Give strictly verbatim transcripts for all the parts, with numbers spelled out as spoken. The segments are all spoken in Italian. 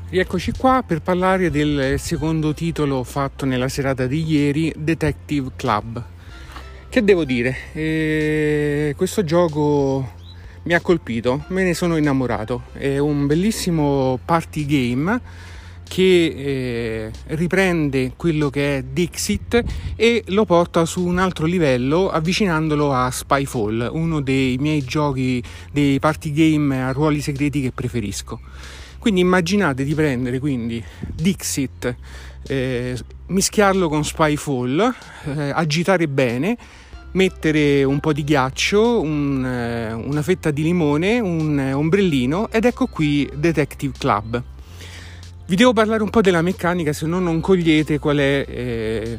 Rieccoci qua per parlare del secondo titolo fatto nella serata di ieri, Detective Club. Che devo dire? Eh, questo gioco mi ha colpito, me ne sono innamorato. È un bellissimo party game che eh, riprende quello che è Dixit e lo porta su un altro livello, avvicinandolo a Spyfall, uno dei miei giochi, dei party game a ruoli segreti che preferisco. Quindi immaginate di prendere quindi Dixit, eh, mischiarlo con Spyfall, eh, agitare bene, mettere un po' di ghiaccio, un, eh, una fetta di limone, un eh, ombrellino ed ecco qui Detective Club. Vi devo parlare un po' della meccanica, se no non cogliete qual è eh,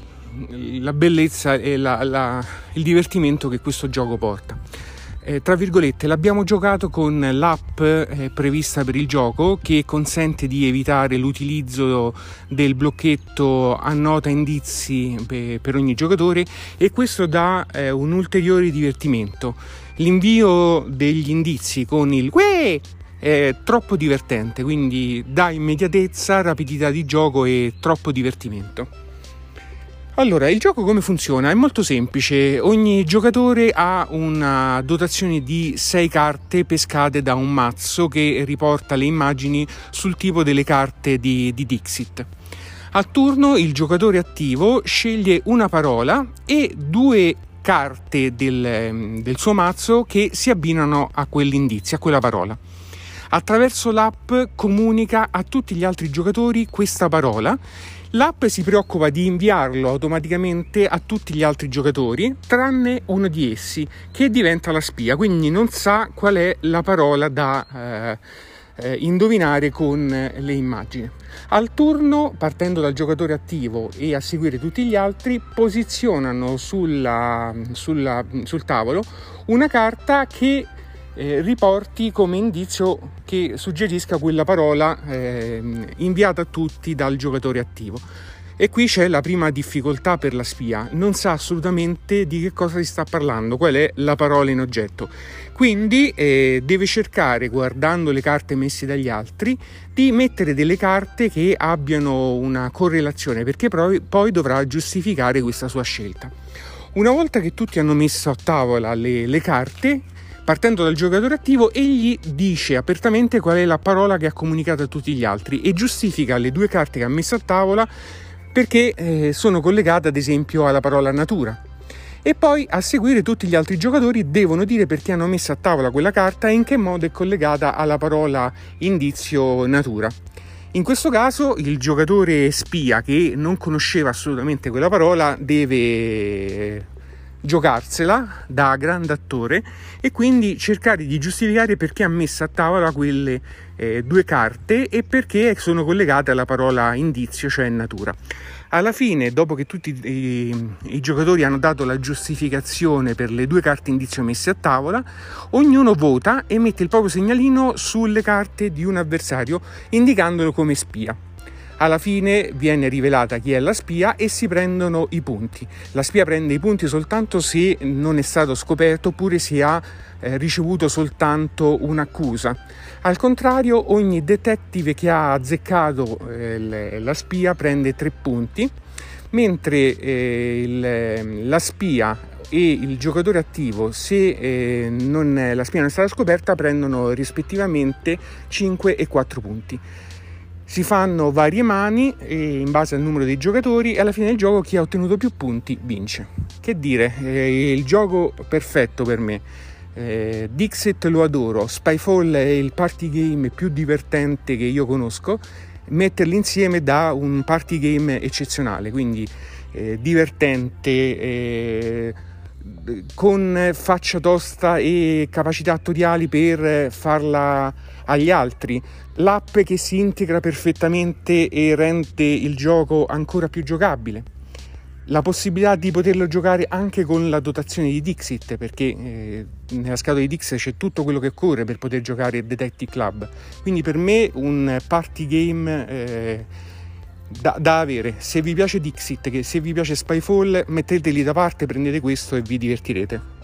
la bellezza e la, la, il divertimento che questo gioco porta. Eh, tra virgolette, l'abbiamo giocato con l'app eh, prevista per il gioco, che consente di evitare l'utilizzo del blocchetto annota indizi pe- per ogni giocatore, e questo dà eh, un ulteriore divertimento. L'invio degli indizi con il uè è troppo divertente, quindi dà immediatezza, rapidità di gioco e troppo divertimento. Allora, il gioco come funziona? È molto semplice. Ogni giocatore ha una dotazione di sei carte pescate da un mazzo che riporta le immagini sul tipo delle carte di, di Dixit. A turno il giocatore attivo sceglie una parola e due carte del, del suo mazzo che si abbinano a quell'indizio, a quella parola. Attraverso l'app comunica a tutti gli altri giocatori questa parola. L'app si preoccupa di inviarlo automaticamente a tutti gli altri giocatori, tranne uno di essi, che diventa la spia, quindi non sa qual è la parola da eh, eh, indovinare con le immagini. Al turno, partendo dal giocatore attivo e a seguire tutti gli altri, posizionano sulla, sulla, sul tavolo una carta che Eh, riporti come indizio che suggerisca quella parola eh, inviata a tutti dal giocatore attivo. E qui c'è la prima difficoltà per la spia: non sa assolutamente di che cosa si sta parlando, qual è la parola in oggetto. Quindi eh, deve cercare, guardando le carte messe dagli altri, di mettere delle carte che abbiano una correlazione, perché poi, poi dovrà giustificare questa sua scelta. Una volta che tutti hanno messo a tavola le, le carte, partendo dal giocatore attivo, egli dice apertamente qual è la parola che ha comunicato a tutti gli altri e giustifica le due carte che ha messo a tavola perché eh, sono collegate ad esempio alla parola natura. E poi a seguire tutti gli altri giocatori devono dire perché hanno messo a tavola quella carta e in che modo è collegata alla parola indizio natura. In questo caso il giocatore spia, che non conosceva assolutamente quella parola, deve giocarsela da grande attore e quindi cercare di giustificare perché ha messo a tavola quelle eh, due carte e perché sono collegate alla parola indizio, cioè natura. Alla fine, dopo che tutti i, i giocatori hanno dato la giustificazione per le due carte indizio messe a tavola, ognuno vota e mette il proprio segnalino sulle carte di un avversario, indicandolo come spia. Alla fine viene rivelata chi è la spia e si prendono i punti. La spia prende i punti soltanto se non è stato scoperto oppure se ha eh, ricevuto soltanto un'accusa. Al contrario, ogni detective che ha azzeccato eh, le, la spia prende tre punti, mentre eh, il, la spia e il giocatore attivo, se eh, non, la spia non è stata scoperta, prendono rispettivamente cinque e quattro punti. Si fanno varie mani in base al numero dei giocatori e alla fine del gioco chi ha ottenuto più punti vince. Che dire, è il gioco perfetto per me. Eh, Dixit lo adoro, Spyfall è il party game più divertente che io conosco. Metterli insieme dà un party game eccezionale, quindi eh, divertente, eh, con faccia tosta e capacità attoriali per farla agli altri. L'app che si integra perfettamente e rende il gioco ancora più giocabile. La possibilità di poterlo giocare anche con la dotazione di Dixit, perché eh, nella scatola di Dixit c'è tutto quello che occorre per poter giocare Detective Club. Quindi per me un party game eh, da, da avere. Se vi piace Dixit, che se vi piace Spyfall, metteteli da parte, prendete questo e vi divertirete.